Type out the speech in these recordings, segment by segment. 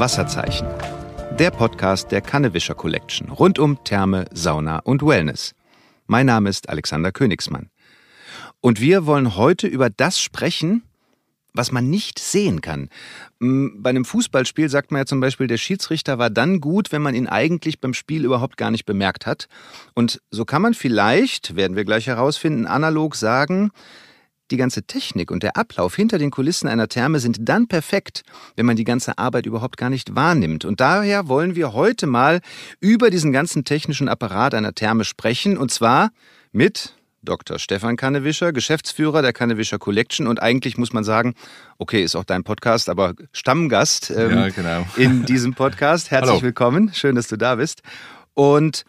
Wasserzeichen. Der Podcast der Kannewischer Collection rund um Therme, Sauna und Wellness. Mein Name ist Alexander Königsmann. Und wir wollen heute über das sprechen, was man nicht sehen kann. Bei einem Fußballspiel sagt man ja zum Beispiel, der Schiedsrichter war dann gut, wenn man ihn eigentlich beim Spiel überhaupt gar nicht bemerkt hat. Und so kann man vielleicht, werden wir gleich herausfinden, analog sagen, die ganze Technik und der Ablauf hinter den Kulissen einer Therme sind dann perfekt, wenn man die ganze Arbeit überhaupt gar nicht wahrnimmt. Und daher wollen wir heute mal über diesen ganzen technischen Apparat einer Therme sprechen, und zwar mit Dr. Stefan Kannewischer, Geschäftsführer der Kannewischer Collection, und eigentlich muss man sagen, okay, ist auch dein Podcast, aber Stammgast genau. In diesem Podcast. Herzlich willkommen, schön, dass du da bist. Und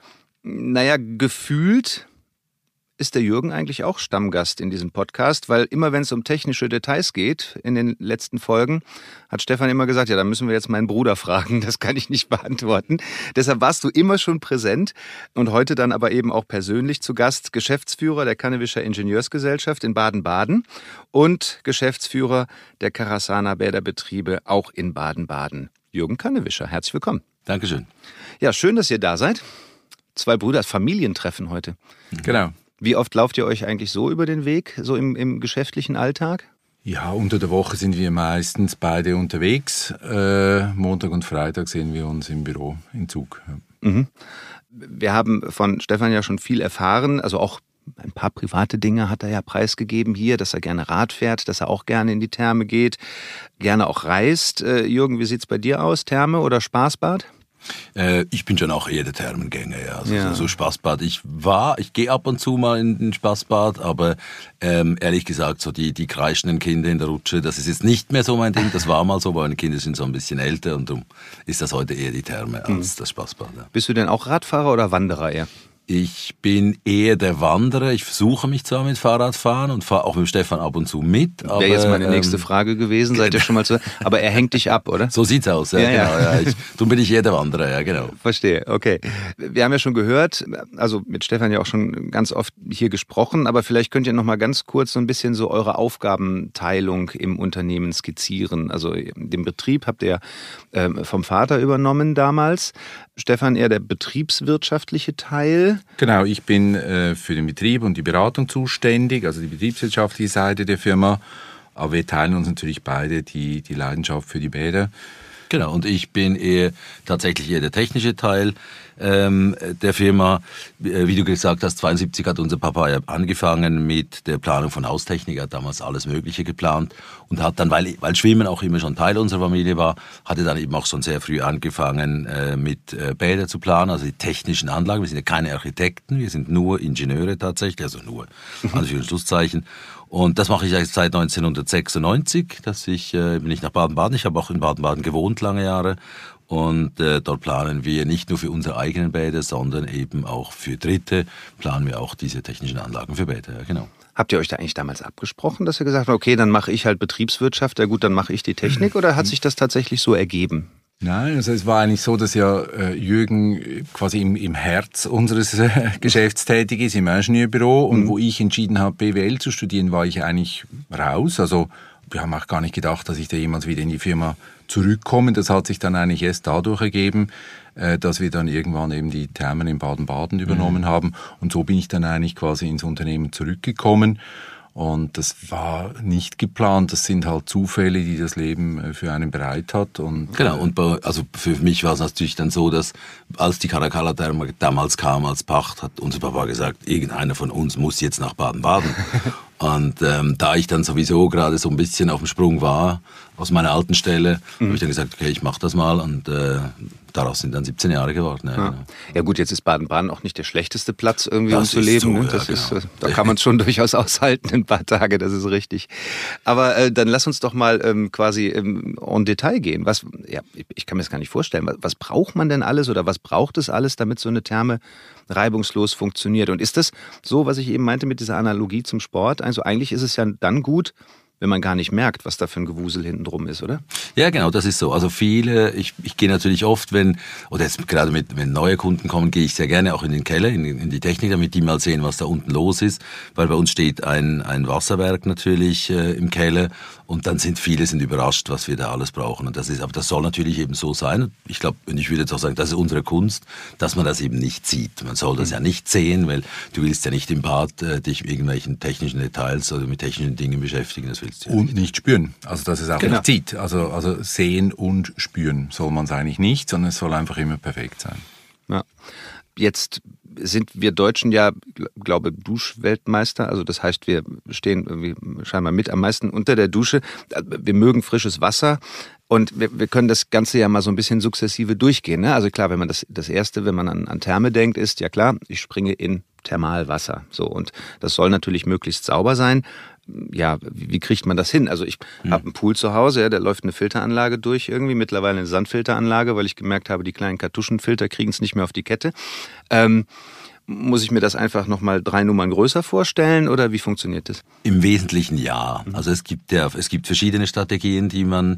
gefühlt ist der Jürgen eigentlich auch Stammgast in diesem Podcast, weil immer wenn es um technische Details geht, in den letzten Folgen, hat Stefan immer gesagt, ja, da müssen wir jetzt meinen Bruder fragen, das kann ich nicht beantworten. Deshalb warst du immer schon präsent und heute dann aber eben auch persönlich zu Gast, Geschäftsführer der Kannewischer Ingenieursgesellschaft in Baden-Baden und Geschäftsführer der Karasana Bäderbetriebe auch in Baden-Baden. Jürgen Kannewischer, herzlich willkommen. Dankeschön. Ja, schön, dass ihr da seid. Zwei Brüder, Familientreffen heute. Genau. Wie oft lauft ihr euch eigentlich so über den Weg, so im geschäftlichen Alltag? Ja, unter der Woche sind wir meistens beide unterwegs. Montag und Freitag sehen wir uns im Büro in Zug. Mhm. Wir haben von Stefan ja schon viel erfahren, also auch ein paar private Dinge hat er ja preisgegeben hier, dass er gerne Rad fährt, dass er auch gerne in die Therme geht, gerne auch reist. Jürgen, wie sieht's bei dir aus? Therme oder Spaßbad? Ich bin schon auch eher der Thermengänger, ja. Also so Spaßbad. Ich gehe ab und zu mal in den Spaßbad, aber ehrlich gesagt, so die kreischenden Kinder in der Rutsche, das ist jetzt nicht mehr so mein Ding. Das war mal so, weil meine Kinder sind so ein bisschen älter und darum ist das heute eher die Therme als das Spaßbad. Ja. Bist du denn auch Radfahrer oder Wanderer eher? Ich bin eher der Wanderer. Ich versuche mich zwar mit Fahrradfahren und fahre auch mit Stefan ab und zu mit. Wäre jetzt meine nächste Frage gewesen, seid ihr schon mal aber er hängt dich ab, oder? So sieht's aus, ja, genau. Ja. Darum bin ich eher der Wanderer, ja, genau. Verstehe, okay. Wir haben ja schon gehört, also mit Stefan ja auch schon ganz oft hier gesprochen, aber vielleicht könnt ihr noch mal ganz kurz so ein bisschen so eure Aufgabenteilung im Unternehmen skizzieren. Also den Betrieb habt ihr vom Vater übernommen damals. Stefan eher der betriebswirtschaftliche Teil. Genau, ich bin für den Betrieb und die Beratung zuständig, also die betriebswirtschaftliche Seite der Firma. Aber wir teilen uns natürlich beide die Leidenschaft für die Bäder. Genau, und ich bin tatsächlich eher der technische Teil der Firma. Wie du gesagt hast, 1972 hat unser Papa ja angefangen mit der Planung von Haustechnik. Er hat damals alles Mögliche geplant und hat dann, weil Schwimmen auch immer schon Teil unserer Familie war, hat er dann eben auch schon sehr früh angefangen mit Bäder zu planen, also die technischen Anlagen. Wir sind ja keine Architekten, wir sind nur Ingenieure tatsächlich, also nur Anführungs- und Schlusszeichen. Und das mache ich eigentlich seit 1996, bin ich nach Baden-Baden. Ich habe auch in Baden-Baden gewohnt lange Jahre. Und dort planen wir nicht nur für unsere eigenen Bäder, sondern eben auch für Dritte, planen wir auch diese technischen Anlagen für Bäder. Ja, genau. Habt ihr euch da eigentlich damals abgesprochen, dass ihr gesagt habt, okay, dann mache ich halt Betriebswirtschaft, ja gut, dann mache ich die Technik, oder hat sich das tatsächlich so ergeben? Nein, also es war eigentlich so, dass ja Jürgen quasi im Herz unseres Geschäfts tätig ist, im Ingenieurbüro. Und wo ich entschieden habe, BWL zu studieren, war ich eigentlich raus. Also wir haben auch gar nicht gedacht, dass ich da jemals wieder in die Firma zurückkomme. Das hat sich dann eigentlich erst dadurch ergeben, dass wir dann irgendwann eben die Thermen in Baden-Baden übernommen haben. Und so bin ich dann eigentlich quasi ins Unternehmen zurückgekommen. Und das war nicht geplant, das sind halt Zufälle, die das Leben für einen bereit hat. Und genau, und also für mich war es natürlich dann so, dass als die Caracalla-Therme damals kam als Pacht, hat unser Papa gesagt, irgendeiner von uns muss jetzt nach Baden-Baden. Und da ich dann sowieso gerade so ein bisschen auf dem Sprung war, aus meiner alten Stelle, habe ich dann gesagt, okay, ich mache das mal, und daraus sind dann 17 Jahre geworden. Ja, genau. Ja gut, jetzt ist Baden-Baden auch nicht der schlechteste Platz irgendwie, um zu leben. So, ne? Das ist, da kann man es schon durchaus aushalten, ein paar Tage, das ist richtig. Aber dann lass uns doch mal quasi en Detail gehen. Ich kann mir das gar nicht vorstellen. Was braucht man denn alles oder was braucht es alles, damit so eine Therme reibungslos funktioniert? Und ist das so, was ich eben meinte mit dieser Analogie zum Sport? Also eigentlich ist es ja dann gut, wenn man gar nicht merkt, was da für ein Gewusel hinten drum ist, oder? Ja, genau, das ist so. Also viele, ich gehe natürlich oft, wenn neue Kunden kommen, gehe ich sehr gerne auch in den Keller, in die Technik, damit die mal sehen, was da unten los ist, weil bei uns steht ein Wasserwerk natürlich im Keller und dann viele sind überrascht, was wir da alles brauchen. Und aber das soll natürlich eben so sein. Ich glaube, und ich würde jetzt auch sagen, das ist unsere Kunst, dass man das eben nicht sieht. Man soll das ja nicht sehen, weil du willst ja nicht im Bad dich mit irgendwelchen technischen Details oder mit technischen Dingen beschäftigen. Das willst du ja und nicht spüren. Also dass es auch nicht sieht. Also sehen und spüren soll man es eigentlich nicht, sondern es soll einfach immer perfekt sein. Ja. Jetzt sind wir Deutschen ja, glaube Duschweltmeister. Also das heißt, wir stehen irgendwie scheinbar mit am meisten unter der Dusche. Wir mögen frisches Wasser. Und wir können das Ganze ja mal so ein bisschen sukzessive durchgehen. Ne? Also klar, wenn man das Erste, wenn man an Therme denkt, ist, ja klar, ich springe in Thermalwasser. So, und das soll natürlich möglichst sauber sein. Ja, wie kriegt man das hin? Also ich habe einen Pool zu Hause, ja, da läuft eine Filteranlage durch irgendwie, mittlerweile eine Sandfilteranlage, weil ich gemerkt habe, die kleinen Kartuschenfilter kriegen es nicht mehr auf die Kette. Muss ich mir das einfach nochmal 3 Nummern größer vorstellen oder wie funktioniert das? Im Wesentlichen ja. Also es gibt verschiedene Strategien, die man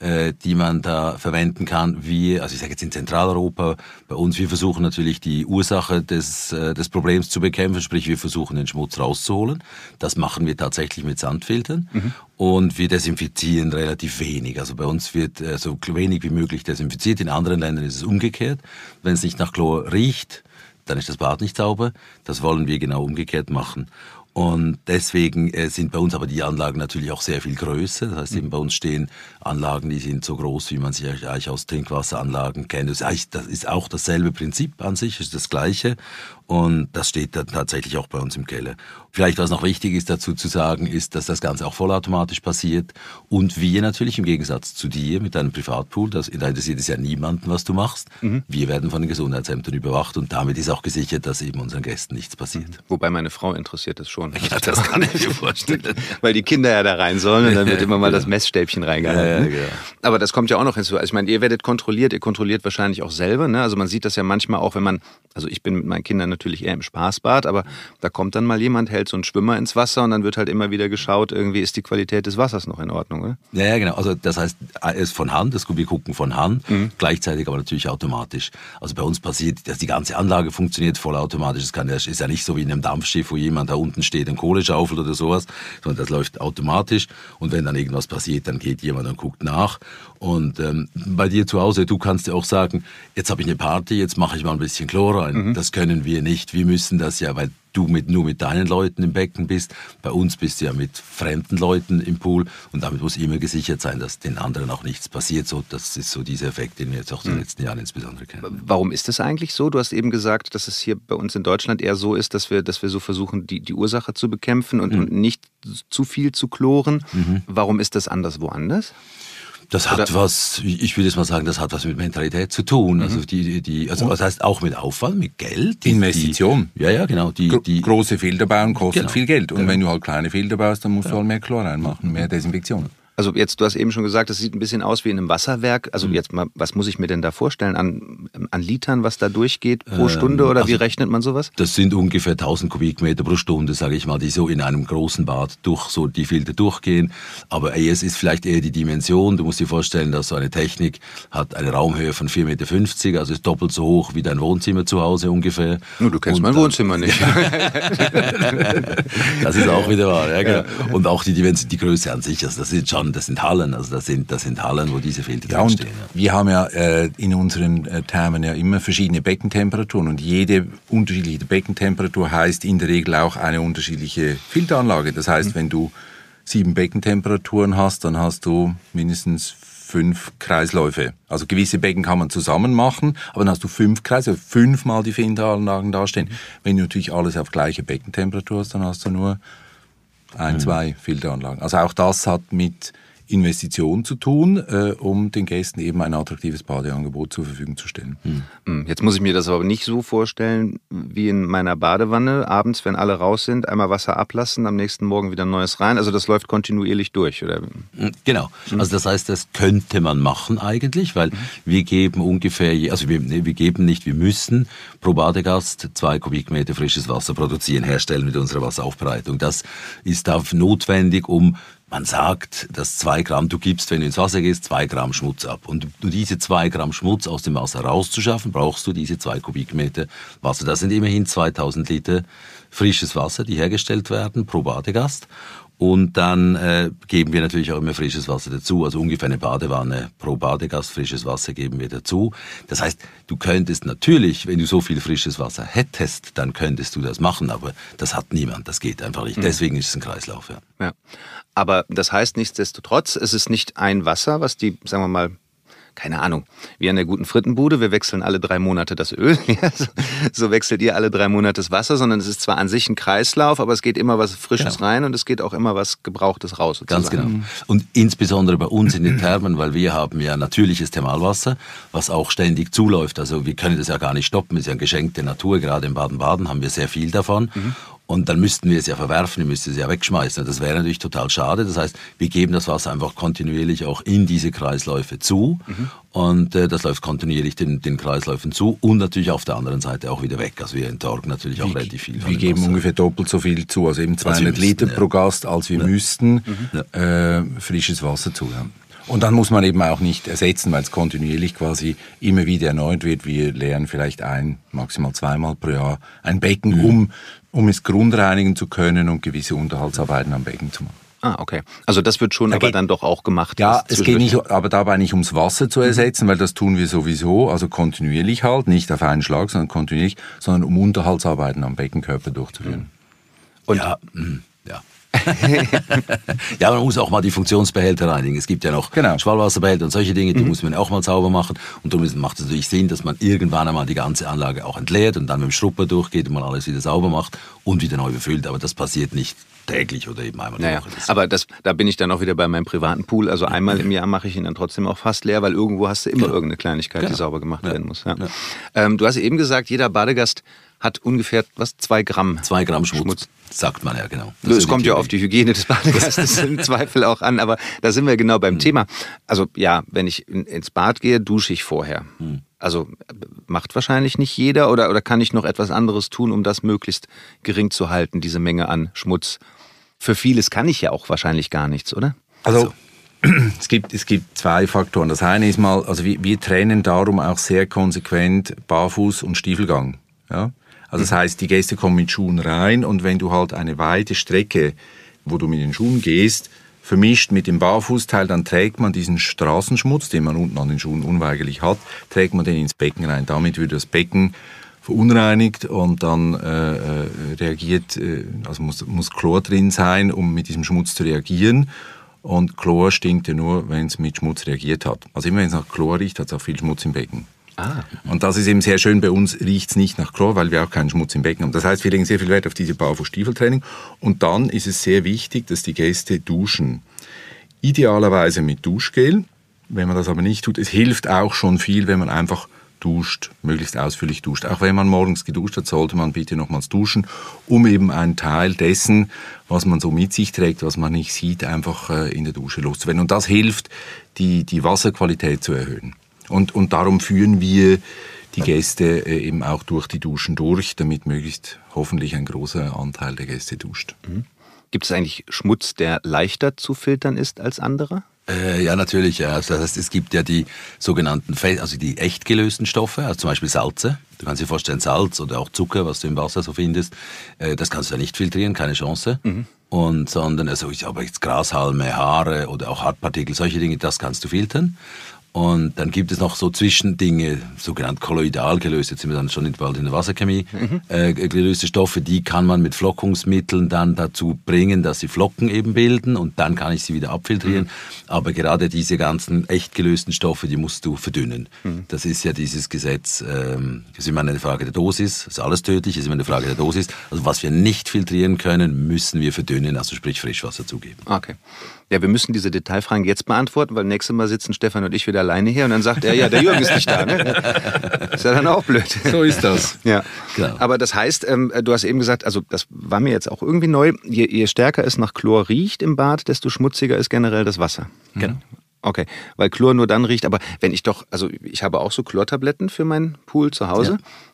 da verwenden kann. Also ich sage jetzt in Zentraleuropa, bei uns, wir versuchen natürlich die Ursache des Problems zu bekämpfen, sprich wir versuchen den Schmutz rauszuholen. Das machen wir tatsächlich mit Sandfiltern. Und wir desinfizieren relativ wenig. Also bei uns wird so wenig wie möglich desinfiziert. In anderen Ländern ist es umgekehrt. Wenn es nicht nach Chlor riecht, dann ist das Bad nicht sauber. Das wollen wir genau umgekehrt machen. Und deswegen sind bei uns aber die Anlagen natürlich auch sehr viel größer. Das heißt, eben bei uns stehen Anlagen, die sind so groß, wie man sie eigentlich aus Trinkwasseranlagen kennt. Das ist auch dasselbe Prinzip an sich, ist das Gleiche. Und das steht dann tatsächlich auch bei uns im Keller. Vielleicht, was noch wichtig ist dazu zu sagen, ist, dass das Ganze auch vollautomatisch passiert. Und wir natürlich im Gegensatz zu dir mit deinem Privatpool, da interessiert es ja niemanden, was du machst. Wir werden von den Gesundheitsämtern überwacht und damit ist auch gesichert, dass eben unseren Gästen nichts passiert. Wobei meine Frau interessiert das schon. Ja, das kann ich mir vorstellen. Weil die Kinder ja da rein sollen und dann wird immer mal das Messstäbchen reingehalten. Ja. Aber das kommt ja auch noch hinzu. Also ich meine, ihr werdet kontrolliert, ihr kontrolliert wahrscheinlich auch selber. Ne? Also man sieht das ja manchmal auch, also ich bin mit meinen Kindern natürlich eher im Spaßbad, aber da kommt dann mal jemand, hält so einen Schwimmer ins Wasser und dann wird halt immer wieder geschaut, irgendwie ist die Qualität des Wassers noch in Ordnung, oder? Ja, genau. Also das heißt, es ist von Hand, wir gucken von Hand, gleichzeitig aber natürlich automatisch. Also bei uns passiert, dass die ganze Anlage funktioniert vollautomatisch. Es ist ja nicht so wie in einem Dampfschiff, wo jemand da unten steht und Kohle schaufelt oder sowas, sondern das läuft automatisch und wenn dann irgendwas passiert, dann geht jemand und guckt nach. Und bei dir zu Hause, du kannst ja auch sagen, jetzt habe ich eine Party, jetzt mache ich mal ein bisschen Chlor rein. Das können wir nicht. Wir müssen das ja, weil du nur mit deinen Leuten im Becken bist. Bei uns bist du ja mit fremden Leuten im Pool und damit muss immer gesichert sein, dass den anderen auch nichts passiert. So, das ist so dieser Effekt, den wir jetzt auch in den letzten Jahren insbesondere kennen. Warum ist das eigentlich so? Du hast eben gesagt, dass es hier bei uns in Deutschland eher so ist, dass wir so versuchen, die Ursache zu bekämpfen und nicht zu viel zu chloren. Warum ist das anders woanders? Das hat ich würde jetzt mal sagen, das hat was mit Mentalität zu tun. Also das heißt auch mit Aufwand, mit Geld. Investition. Ja, genau. Große Filter bauen kostet viel Geld. Und wenn du halt kleine Filter baust, dann musst du halt mehr Chlor reinmachen, mehr Desinfektion. Also jetzt, du hast eben schon gesagt, das sieht ein bisschen aus wie in einem Wasserwerk. Also jetzt mal, was muss ich mir denn da vorstellen? An Litern, was da durchgeht pro Stunde oder wie rechnet man sowas? Das sind ungefähr 1000 Kubikmeter pro Stunde, sage ich mal, die so in einem großen Bad die Filter durchgehen. Aber es ist vielleicht eher die Dimension. Du musst dir vorstellen, dass so eine Technik hat eine Raumhöhe von 4,50 Meter, also ist doppelt so hoch wie dein Wohnzimmer zu Hause ungefähr. Du kennst mein Wohnzimmer nicht. Das ist auch wieder wahr, ja, genau. Und auch die Größe an sich, also das sind Hallen, also das sind Hallen, wo diese Filter drinstehen. Ja. Wir haben ja in unseren Thermen ja immer verschiedene Beckentemperaturen und jede unterschiedliche Beckentemperatur heißt in der Regel auch eine unterschiedliche Filteranlage. Das heißt, wenn du 7 Beckentemperaturen hast, dann hast du mindestens 5 Kreisläufe. Also gewisse Becken kann man zusammen machen, aber dann hast du 5 Kreise, 5-mal die Filteranlagen dastehen. Wenn du natürlich alles auf gleiche Beckentemperatur hast, dann hast du nur 2 Filteranlagen. Also auch das hat mit Investition zu tun, um den Gästen eben ein attraktives Badeangebot zur Verfügung zu stellen. Jetzt muss ich mir das aber nicht so vorstellen wie in meiner Badewanne. Abends, wenn alle raus sind, einmal Wasser ablassen, am nächsten Morgen wieder Neues rein. Also das läuft kontinuierlich durch, oder? Genau. Also das heißt, das könnte man machen eigentlich, weil wir geben ungefähr, wir müssen pro Badegast 2 Kubikmeter frisches Wasser produzieren, herstellen mit unserer Wasseraufbereitung. Das ist notwendig, um man sagt, dass 2 Gramm, du gibst, wenn du ins Wasser gehst, 2 Gramm Schmutz ab. Und um diese 2 Gramm Schmutz aus dem Wasser rauszuschaffen, brauchst du diese 2 Kubikmeter Wasser. Das sind immerhin 2000 Liter frisches Wasser, die hergestellt werden pro Badegast. Und dann geben wir natürlich auch immer frisches Wasser dazu, also ungefähr eine Badewanne pro Badegast frisches Wasser geben wir dazu. Das heißt, du könntest natürlich, wenn du so viel frisches Wasser hättest, dann könntest du das machen, aber das hat niemand, das geht einfach nicht. Deswegen ist es ein Kreislauf. Ja. Aber das heißt nichtsdestotrotz, es ist nicht ein Wasser, was die, sagen wir mal, keine Ahnung, wie an der guten Frittenbude, wir wechseln alle 3 Monate das Öl, ja, so wechselt ihr alle 3 Monate das Wasser, sondern es ist zwar an sich ein Kreislauf, aber es geht immer was Frisches rein und es geht auch immer was Gebrauchtes raus. Sozusagen. Ganz genau. Und insbesondere bei uns in den Thermen, weil wir haben ja natürliches Thermalwasser, was auch ständig zuläuft. Also wir können das ja gar nicht stoppen, es ist ja ein Geschenk der Natur, gerade in Baden-Baden haben wir sehr viel davon. Und dann müssten wir es ja verwerfen, wir müssten es ja wegschmeißen. Das wäre natürlich total schade. Das heißt, wir geben das Wasser einfach kontinuierlich auch in diese Kreisläufe zu. Und das läuft kontinuierlich den Kreisläufen zu und natürlich auf der anderen Seite auch wieder weg. Also wir entsorgen natürlich auch relativ viel. Wir geben ungefähr doppelt so viel zu, also eben 200 Liter pro Gast, als wir müssten, frisches Wasser zu. Ja. Und dann muss man eben auch nicht ersetzen, weil es kontinuierlich quasi immer wieder erneuert wird. Wir leeren vielleicht maximal 2-mal pro Jahr ein Becken, um es grundreinigen zu können und gewisse Unterhaltsarbeiten am Becken zu machen. Ah, okay. Also das wird schon aber dann doch auch gemacht. Ja, es geht nicht, aber dabei nicht ums Wasser zu ersetzen, weil das tun wir sowieso, also kontinuierlich halt, nicht auf einen Schlag, sondern kontinuierlich, sondern um Unterhaltsarbeiten am Beckenkörper durchzuführen. Und ja. Ja, man muss auch mal die Funktionsbehälter reinigen. Es gibt ja noch Schwallwasserbehälter und solche Dinge, die muss man auch mal sauber machen. Und darum macht es natürlich Sinn, dass man irgendwann einmal die ganze Anlage auch entleert und dann mit dem Schrupper durchgeht und man alles wieder sauber macht und wieder neu befüllt. Aber das passiert nicht täglich oder eben einmal die Woche. Aber da bin ich dann auch wieder bei meinem privaten Pool. Also einmal im Jahr mache ich ihn dann trotzdem auch fast leer, weil irgendwo hast du immer irgendeine Kleinigkeit, die sauber gemacht werden muss. Ja. Du hast eben gesagt, jeder Badegast hat ungefähr 2 Gramm. 2 Gramm Schmutz. Sagt man ja, genau. Es kommt ja auf die Hygiene des Badegastes im Zweifel auch an, aber da sind wir genau beim Thema. Also ja, wenn ich ins Bad gehe, dusche ich vorher. Also macht wahrscheinlich nicht jeder oder kann ich noch etwas anderes tun, um das möglichst gering zu halten, diese Menge an Schmutz? Für vieles kann ich ja auch wahrscheinlich gar nichts, oder? Also es gibt 2 Faktoren. Das eine ist mal, also wir trennen darum auch sehr konsequent Barfuß und Stiefelgang. Ja? Also das heißt, die Gäste kommen mit Schuhen rein und wenn du halt eine weite Strecke, wo du mit den Schuhen gehst, vermischt mit dem Barfußteil, dann trägt man diesen Straßenschmutz, den man unten an den Schuhen unweigerlich hat, trägt man den ins Becken rein. Damit wird das Becken verunreinigt und dann also muss Chlor drin sein, um mit diesem Schmutz zu reagieren. Und Chlor stinkt ja nur, wenn es mit Schmutz reagiert hat. Also immer wenn es nach Chlor riecht, hat es auch viel Schmutz im Becken. Und das ist eben sehr schön, bei uns riecht es nicht nach Chlor, weil wir auch keinen Schmutz im Becken haben. Das heißt, wir legen sehr viel Wert auf diese Barfuß-Stiefeltraining. Und dann ist es sehr wichtig, dass die Gäste duschen. Idealerweise mit Duschgel. Wenn man das aber nicht tut, es hilft auch schon viel, wenn man einfach duscht, möglichst ausführlich duscht. Auch wenn man morgens geduscht hat, sollte man bitte nochmals duschen, um eben einen Teil dessen, was man so mit sich trägt, was man nicht sieht, einfach in der Dusche loszuwerden. Und das hilft, die Wasserqualität zu erhöhen. Und darum führen wir die Gäste eben auch durch die Duschen durch, damit möglichst hoffentlich ein großer Anteil der Gäste duscht. Gibt es eigentlich Schmutz, der leichter zu filtern ist als andere? Ja, natürlich. Ja. Das heißt, es gibt ja die sogenannten, also die echt gelösten Stoffe, also zum Beispiel Salze. Du kannst dir vorstellen, Salz oder auch Zucker, was du im Wasser so findest, das kannst du ja nicht filtrieren, keine Chance. Sondern aber jetzt Grashalme, Haare oder auch Hartpartikel, solche Dinge, das kannst du filtern. Und dann gibt es noch so Zwischendinge, sogenannt kolloidal gelöst, jetzt sind wir dann schon bald in der Wasserchemie, gelöste Stoffe, die kann man mit Flockungsmitteln dann dazu bringen, dass sie Flocken eben bilden und dann kann ich sie wieder abfiltrieren. Aber gerade diese ganzen echt gelösten Stoffe, die musst du verdünnen. Das ist ja dieses Gesetz, das ist immer eine Frage der Dosis, das ist alles tödlich, das ist immer eine Frage der Dosis. Also was wir nicht filtrieren können, müssen wir verdünnen, also sprich Frischwasser zugeben. Okay. Ja, wir müssen diese Detailfragen jetzt beantworten, weil nächstes Mal sitzen Stefan und ich wieder alleine hier und dann sagt er, ja, der Jürgen ist nicht da. Ne? Ist ja dann auch blöd. So ist das. Ja. Genau. Aber das heißt, du hast eben gesagt, also das war mir jetzt auch irgendwie neu, je stärker es nach Chlor riecht im Bad, desto schmutziger ist generell das Wasser. Genau. Okay, weil Chlor nur dann riecht, aber wenn ich habe auch so Chlortabletten für meinen Pool zu Hause. Ja.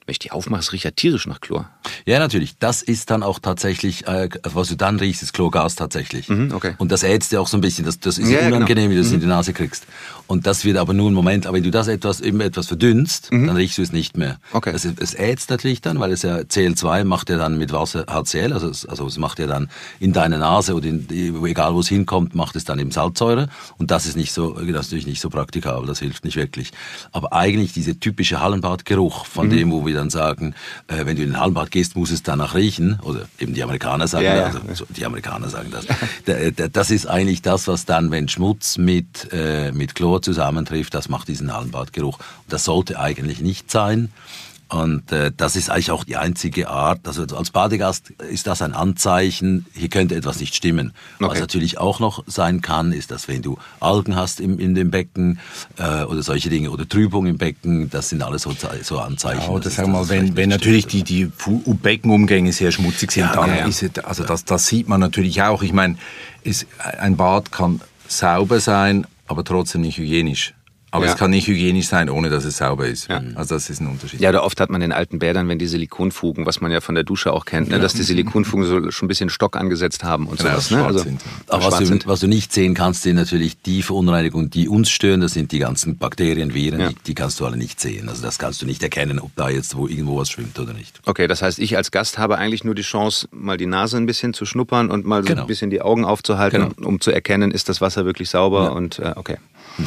Wenn ich die aufmache, es riecht ja tierisch nach Chlor. Ja, natürlich. Das ist dann auch tatsächlich, was du dann riechst, ist Chlorgas tatsächlich. Okay. Und das ätzt dir auch so ein bisschen. Das ist unangenehm, wie du es in die Nase kriegst. Und das wird aber nur ein Moment, aber wenn du das etwas verdünnst, dann riechst du es nicht mehr. Okay. Es ätzt natürlich dann, weil es ja CO2 macht ja dann mit Wasser HCl, also es macht ja dann in deine Nase oder egal wo es hinkommt, macht es dann eben Salzsäure. Und das ist natürlich nicht so praktikabel, das hilft nicht wirklich. Aber eigentlich dieser typische Hallenbadgeruch, von dem, wo wir dann sagen, wenn du in den Hallenbad gehst, muss es danach riechen, oder eben die Amerikaner sagen die Amerikaner sagen das. Das ist eigentlich das, was dann, wenn Schmutz mit Chlor zusammentrifft, das macht diesen Hallenbadgeruch. Und das sollte eigentlich nicht sein. Und das ist eigentlich auch die einzige Art, also als Badegast ist das ein Anzeichen, hier könnte etwas nicht stimmen. Okay. Was natürlich auch noch sein kann, ist, dass wenn du Algen hast in dem Becken oder solche Dinge oder Trübung im Becken, das sind alles so Anzeichen. Ja, oder sagen wir mal, wenn natürlich die Beckenumgänge sehr schmutzig sind, dann ist es, also das sieht man natürlich auch. Ich meine, ein Bad kann sauber sein, aber trotzdem nicht hygienisch. Aber es kann nicht hygienisch sein, ohne dass es sauber ist. Ja. Also das ist ein Unterschied. Ja, oder oft hat man in alten Bädern, wenn die Silikonfugen, was man ja von der Dusche auch kennt, ne, dass die Silikonfugen so schon ein bisschen Stock angesetzt haben und sowas. Ne? Also, aber was du nicht sehen kannst, sind natürlich die Verunreinigungen, die uns stören. Das sind die ganzen Bakterien, Viren, die kannst du alle nicht sehen. Also das kannst du nicht erkennen, ob da jetzt irgendwo was schwimmt oder nicht. Okay, das heißt, ich als Gast habe eigentlich nur die Chance, mal die Nase ein bisschen zu schnuppern und mal so ein bisschen die Augen aufzuhalten, um zu erkennen, ist das Wasser wirklich sauber und okay.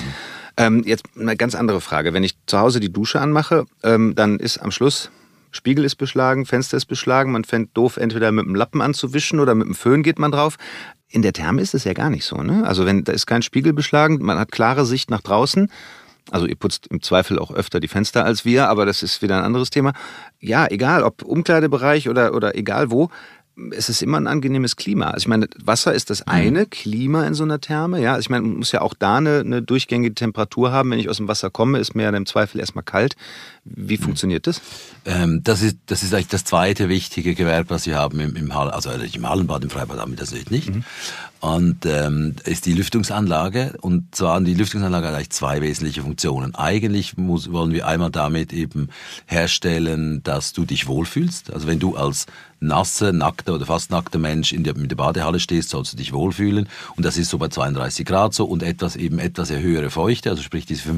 Jetzt eine ganz andere Frage. Wenn ich zu Hause die Dusche anmache, dann ist am Schluss, Spiegel ist beschlagen, Fenster ist beschlagen, man fängt doof, entweder mit dem Lappen anzuwischen oder mit dem Föhn geht man drauf. In der Therme ist es ja gar nicht so, ne? Also da ist kein Spiegel beschlagen, man hat klare Sicht nach draußen. Also ihr putzt im Zweifel auch öfter die Fenster als wir, aber das ist wieder ein anderes Thema. Ja, egal, ob Umkleidebereich oder egal wo, es ist immer ein angenehmes Klima. Also ich meine, Wasser ist das eine, Klima in so einer Therme. Ja, also ich meine, man muss ja auch da eine durchgängige Temperatur haben. Wenn ich aus dem Wasser komme, ist mir ja im Zweifel erstmal kalt. Wie funktioniert das? Das ist eigentlich das zweite wichtige Gewerbe, was wir haben im Hallenbad, im Freibad haben wir das nicht. Und ist die Lüftungsanlage. Und zwar die Lüftungsanlage hat eigentlich zwei wesentliche Funktionen. Eigentlich wollen wir einmal damit eben herstellen, dass du dich wohlfühlst. Also wenn du als nackter oder fast nackter Mensch in der Badehalle stehst, sollst du dich wohlfühlen. Und das ist so bei 32 Grad so und etwas höhere Feuchte, also sprich diese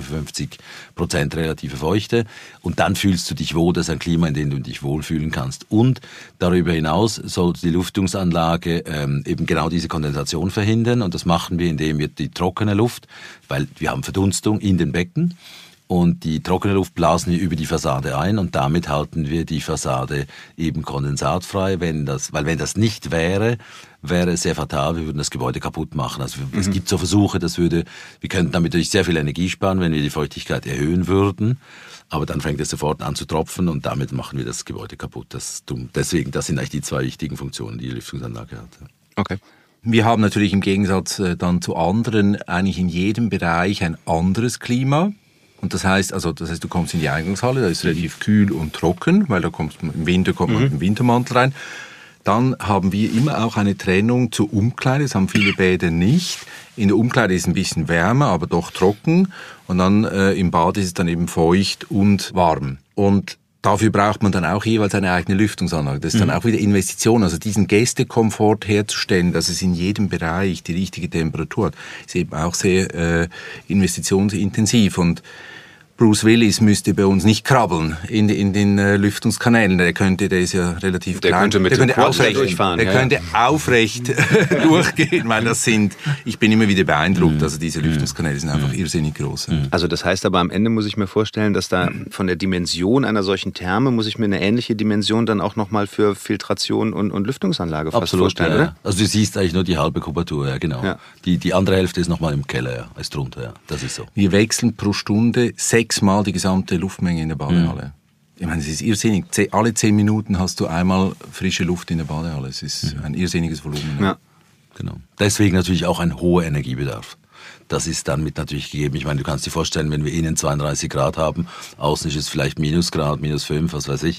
55% relative Feuchte. Und dann fühlst du dich wohl, das ist ein Klima, in dem du dich wohlfühlen kannst. Und darüber hinaus soll die Lüftungsanlage eben genau diese Kondensation verhindern. Und das machen wir, indem wir die trockene Luft, weil wir haben Verdunstung in den Becken, und die trockene Luft blasen wir über die Fassade ein und damit halten wir die Fassade eben kondensatfrei. Wenn das nicht wäre, wäre es sehr fatal. Wir würden das Gebäude kaputt machen. Also es gibt so Versuche, wir könnten damit natürlich sehr viel Energie sparen, wenn wir die Feuchtigkeit erhöhen würden. Aber dann fängt es sofort an zu tropfen und damit machen wir das Gebäude kaputt. Deswegen, das sind eigentlich die zwei wichtigen Funktionen, die Lüftungsanlage hat. Okay. Wir haben natürlich im Gegensatz dann zu anderen eigentlich in jedem Bereich ein anderes Klima. Und das heißt, du kommst in die Eingangshalle, da ist relativ kühl und trocken, weil im Winter kommt man mit dem Wintermantel rein. Dann haben wir immer auch eine Trennung zur Umkleide, das haben viele Bäder nicht. In der Umkleide ist es ein bisschen wärmer, aber doch trocken. Und dann im Bad ist es dann eben feucht und warm. Und dafür braucht man dann auch jeweils eine eigene Lüftungsanlage. Das ist dann auch wieder Investition. Also diesen Gästekomfort herzustellen, dass es in jedem Bereich die richtige Temperatur hat, ist eben auch sehr investitionsintensiv. Und Bruce Willis müsste bei uns nicht krabbeln in den Lüftungskanälen. Der ist ja relativ klein. Der könnte aufrecht durchfahren. Der könnte aufrecht durchgehen, weil ich bin immer wieder beeindruckt. Also diese Lüftungskanäle sind einfach irrsinnig groß. Also das heißt aber am Ende muss ich mir vorstellen, dass da von der Dimension einer solchen Therme muss ich mir eine ähnliche Dimension dann auch nochmal für Filtration und Lüftungsanlage fast vorstellen, oder? Also du siehst eigentlich nur die halbe Kubatur, ja genau. Ja. Die andere Hälfte ist nochmal im Keller, ist drunter, ja. Das ist so. Wir wechseln pro Stunde 6-mal die gesamte Luftmenge in der Badehalle. Ich meine, es ist irrsinnig. Alle 10 Minuten hast du einmal frische Luft in der Badehalle. Es ist ein irrsinniges Volumen. Ja, genau. Deswegen natürlich auch ein hoher Energiebedarf. Das ist dann mit natürlich gegeben. Ich meine, du kannst dir vorstellen, wenn wir innen 32 Grad haben, außen ist es vielleicht Minusgrad, -5, was weiß ich.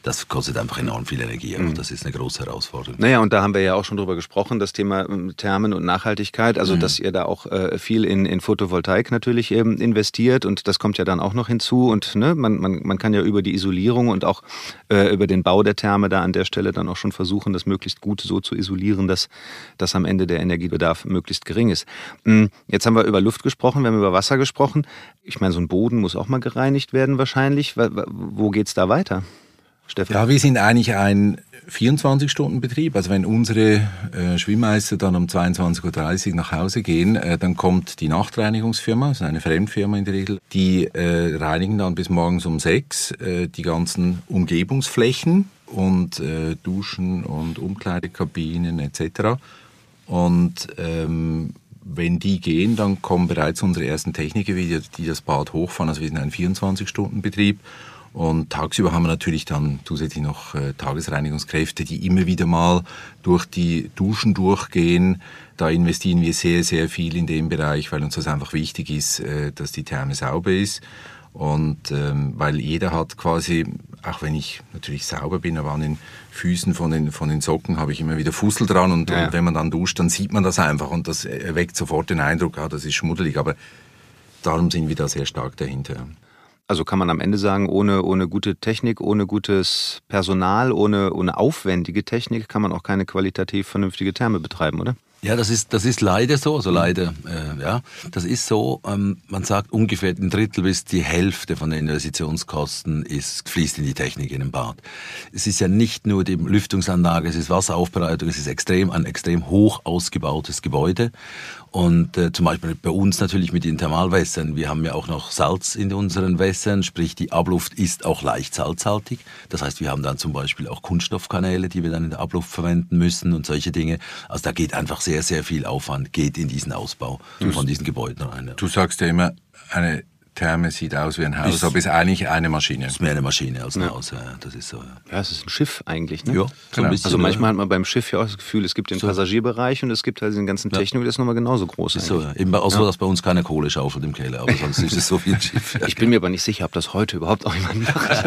das kostet einfach enorm viel Energie. Auch das ist eine große Herausforderung. Naja, und da haben wir ja auch schon drüber gesprochen, das Thema Thermen und Nachhaltigkeit, also dass ihr da auch viel in Photovoltaik natürlich investiert und das kommt ja dann auch noch hinzu und ne, man kann ja über die Isolierung und auch über den Bau der Therme da an der Stelle dann auch schon versuchen, das möglichst gut so zu isolieren, dass am Ende der Energiebedarf möglichst gering ist. Jetzt haben wir über Luft gesprochen, wir haben über Wasser gesprochen. Ich meine, so ein Boden muss auch mal gereinigt werden wahrscheinlich. Wo geht's da weiter? Stefan? Ja, wir sind eigentlich ein 24-Stunden-Betrieb. Also wenn unsere Schwimmmeister dann um 22.30 Uhr nach Hause gehen, dann kommt die Nachtreinigungsfirma, das ist eine Fremdfirma in der Regel, die reinigen dann bis morgens um 6 die ganzen Umgebungsflächen und Duschen und Umkleidekabinen etc. Und wenn die gehen, dann kommen bereits unsere ersten Techniker wieder, die das Bad hochfahren. Also wir sind ein 24-Stunden-Betrieb. Und tagsüber haben wir natürlich dann zusätzlich noch Tagesreinigungskräfte, die immer wieder mal durch die Duschen durchgehen. Da investieren wir sehr, sehr viel in dem Bereich, weil uns das einfach wichtig ist, dass die Therme sauber ist. Und weil jeder hat quasi, auch wenn ich natürlich sauber bin, aber an den Füßen von den Socken habe ich immer wieder Fussel dran. Und wenn man dann duscht, dann sieht man das einfach und das erweckt sofort den Eindruck, das ist schmuddelig. Aber darum sind wir da sehr stark dahinter. Also kann man am Ende sagen, ohne gute Technik, ohne gutes Personal, ohne aufwendige Technik kann man auch keine qualitativ vernünftige Therme betreiben, oder? Ja, das ist leider so, also leider, ja, das ist so. Man sagt ungefähr ein Drittel bis die Hälfte von den Investitionskosten fließt in die Technik in dem Bad. Es ist ja nicht nur die Lüftungsanlage, es ist Wasseraufbereitung, es ist ein extrem hoch ausgebautes Gebäude. Und zum Beispiel bei uns natürlich mit den Thermalwässern. Wir haben ja auch noch Salz in unseren Wässern, sprich die Abluft ist auch leicht salzhaltig. Das heißt, wir haben dann zum Beispiel auch Kunststoffkanäle, die wir dann in der Abluft verwenden müssen und solche Dinge. Also da geht einfach sehr, sehr viel Aufwand geht in diesen Ausbau von diesen Gebäuden rein. Ja. Du sagst ja immer, eine Therme sieht aus wie ein Haus, aber ist eigentlich eine Maschine. Es ist mehr eine Maschine als ein Haus, ja, das ist so. Ja. Ja, es ist ein Schiff eigentlich, ne? Ja, so ein bisschen, also manchmal hat man beim Schiff ja auch das Gefühl, es gibt den Passagierbereich und es gibt halt den ganzen Technik, das ist nochmal genauso groß. Ist so, ja. Eben außer dass bei uns keine Kohle schaufelt im Keller, aber sonst ist es so wie ein Schiff. Ja. Ich bin mir aber nicht sicher, ob das heute überhaupt auch jemand macht.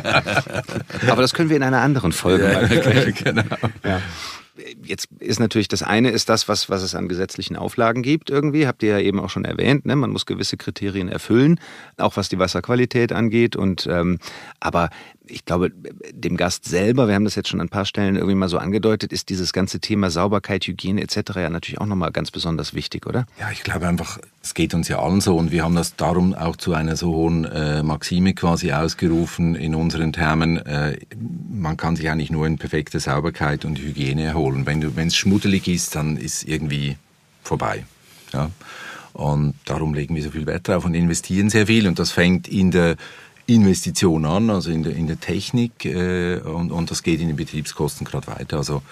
Aber das können wir in einer anderen Folge mal erklären. Genau. Ja. Jetzt ist natürlich das eine ist das, was es an gesetzlichen Auflagen gibt irgendwie, habt ihr ja eben auch schon erwähnt, ne? Man muss gewisse Kriterien erfüllen, auch was die Wasserqualität angeht und aber ich glaube, dem Gast selber, wir haben das jetzt schon an ein paar Stellen irgendwie mal so angedeutet, ist dieses ganze Thema Sauberkeit, Hygiene etc. ja natürlich auch nochmal ganz besonders wichtig, oder? Ja, ich glaube einfach, es geht uns ja allen so und wir haben das darum auch zu einer so hohen Maxime quasi ausgerufen in unseren Thermen. Man kann sich eigentlich nur in perfekter Sauberkeit und Hygiene erholen. Wenn es schmuddelig ist, dann ist irgendwie vorbei. Ja? Und darum legen wir so viel Wert drauf und investieren sehr viel und das fängt in der Investition an, also in der Technik und das geht in den Betriebskosten gerade weiter. Also,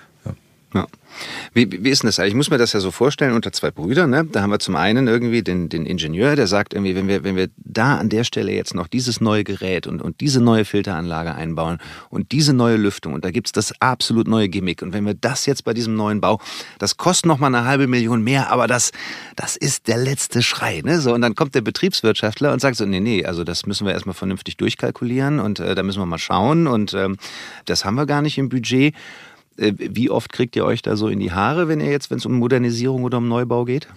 ja. Wie ist denn das eigentlich? Ich muss mir das ja so vorstellen, unter zwei Brüdern, ne? Da haben wir zum einen irgendwie den Ingenieur, der sagt irgendwie, wenn wir da an der Stelle jetzt noch dieses neue Gerät und diese neue Filteranlage einbauen und diese neue Lüftung und da gibt's das absolut neue Gimmick und wenn wir das jetzt bei diesem neuen Bau, das kostet noch mal 500.000 mehr, aber das ist der letzte Schrei, ne? So, und dann kommt der Betriebswirtschaftler und sagt so, nee, also das müssen wir erstmal vernünftig durchkalkulieren und da müssen wir mal schauen und das haben wir gar nicht im Budget. Wie oft kriegt ihr euch da so in die Haare, wenn es um Modernisierung oder um Neubau geht?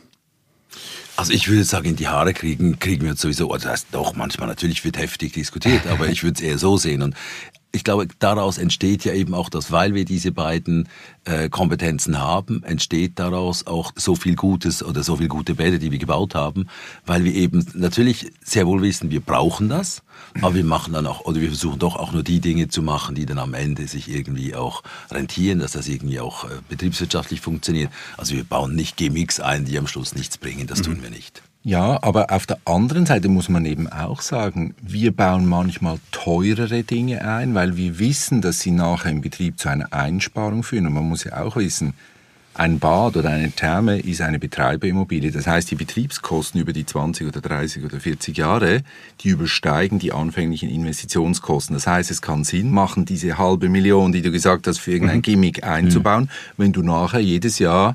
Also ich würde sagen, in die Haare kriegen wir uns sowieso, also das heißt doch, manchmal natürlich wird heftig diskutiert, aber ich würde es eher so sehen und ich glaube, daraus entsteht ja eben auch das, weil wir diese beiden Kompetenzen haben, entsteht daraus auch so viel Gutes oder so viel gute Bäder, die wir gebaut haben, weil wir eben natürlich sehr wohl wissen, wir brauchen das, aber wir machen dann auch, oder wir versuchen doch auch nur die Dinge zu machen, die dann am Ende sich irgendwie auch rentieren, dass das irgendwie auch betriebswirtschaftlich funktioniert. Also wir bauen nicht Gimmicks ein, die am Schluss nichts bringen, das tun wir nicht. Ja, aber auf der anderen Seite muss man eben auch sagen, wir bauen manchmal teurere Dinge ein, weil wir wissen, dass sie nachher im Betrieb zu einer Einsparung führen. Und man muss ja auch wissen, ein Bad oder eine Therme ist eine Betreiberimmobilie. Das heißt, die Betriebskosten über die 20 oder 30 oder 40 Jahre, die übersteigen die anfänglichen Investitionskosten. Das heißt, es kann Sinn machen, diese 500.000, die du gesagt hast, für irgendein Gimmick einzubauen, wenn du nachher jedes Jahr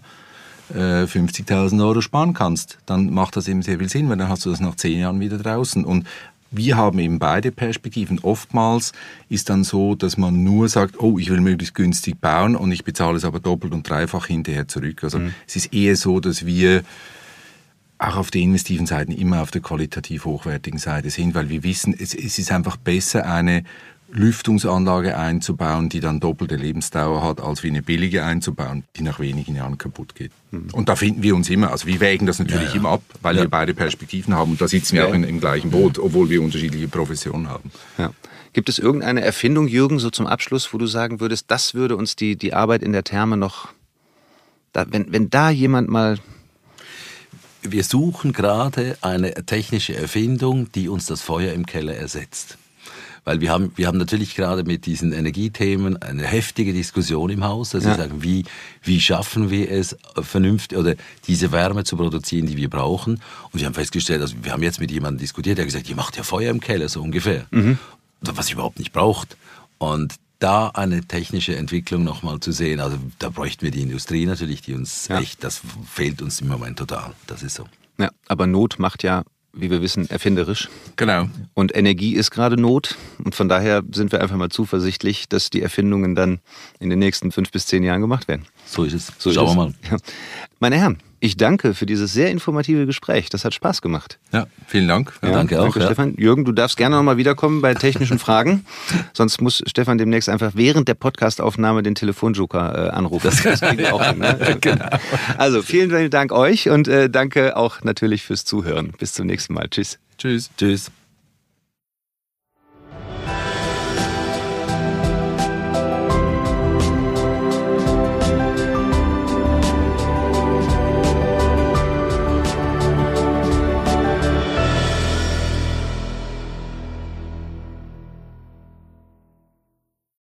50.000 € sparen kannst, dann macht das eben sehr viel Sinn, weil dann hast du das nach 10 Jahren wieder draußen. Und wir haben eben beide Perspektiven. Oftmals ist dann so, dass man nur sagt, oh, ich will möglichst günstig bauen und ich bezahle es aber doppelt und dreifach hinterher zurück. Also es ist eher so, dass wir auch auf der investiven Seite immer auf der qualitativ hochwertigen Seite sind, weil wir wissen, es ist einfach besser, eine Lüftungsanlage einzubauen, die dann doppelte Lebensdauer hat, als wie eine billige einzubauen, die nach wenigen Jahren kaputt geht. Und da finden wir uns immer, also wir wägen das natürlich immer ab, weil wir beide Perspektiven haben und da sitzen wir auch im gleichen Boot, obwohl wir unterschiedliche Professionen haben. Ja. Gibt es irgendeine Erfindung, Jürgen, so zum Abschluss, wo du sagen würdest, das würde uns die Arbeit in der Therme noch, wenn da jemand mal... Wir suchen gerade eine technische Erfindung, die uns das Feuer im Keller ersetzt. Weil wir haben natürlich gerade mit diesen Energiethemen eine heftige Diskussion im Haus. Also wir sagen, wie schaffen wir es, vernünftig oder diese Wärme zu produzieren, die wir brauchen. Und wir haben festgestellt, also wir haben jetzt mit jemandem diskutiert, der hat gesagt, ihr macht ja Feuer im Keller, so ungefähr. Was ihr überhaupt nicht braucht. Und da eine technische Entwicklung nochmal zu sehen, also da bräuchten wir die Industrie natürlich, die uns echt, das fehlt uns im Moment total. Das ist so. Ja, aber Not macht ja, wie wir wissen, erfinderisch. Genau. Und Energie ist gerade Not. Und von daher sind wir einfach mal zuversichtlich, dass die Erfindungen dann in den nächsten 5 bis 10 Jahren gemacht werden. So ist es. So Schauen wir mal. Ja. Meine Herren, ich danke für dieses sehr informative Gespräch. Das hat Spaß gemacht. Ja, vielen Dank. Ja, danke auch. Danke, Stefan. Jürgen, du darfst gerne nochmal wiederkommen bei technischen Fragen. Sonst muss Stefan demnächst einfach während der Podcastaufnahme den Telefonjoker anrufen. Das kriegen wir auch hin. Ne? Genau. Also vielen Dank euch und danke auch natürlich fürs Zuhören. Bis zum nächsten Mal. Tschüss. Tschüss. Tschüss.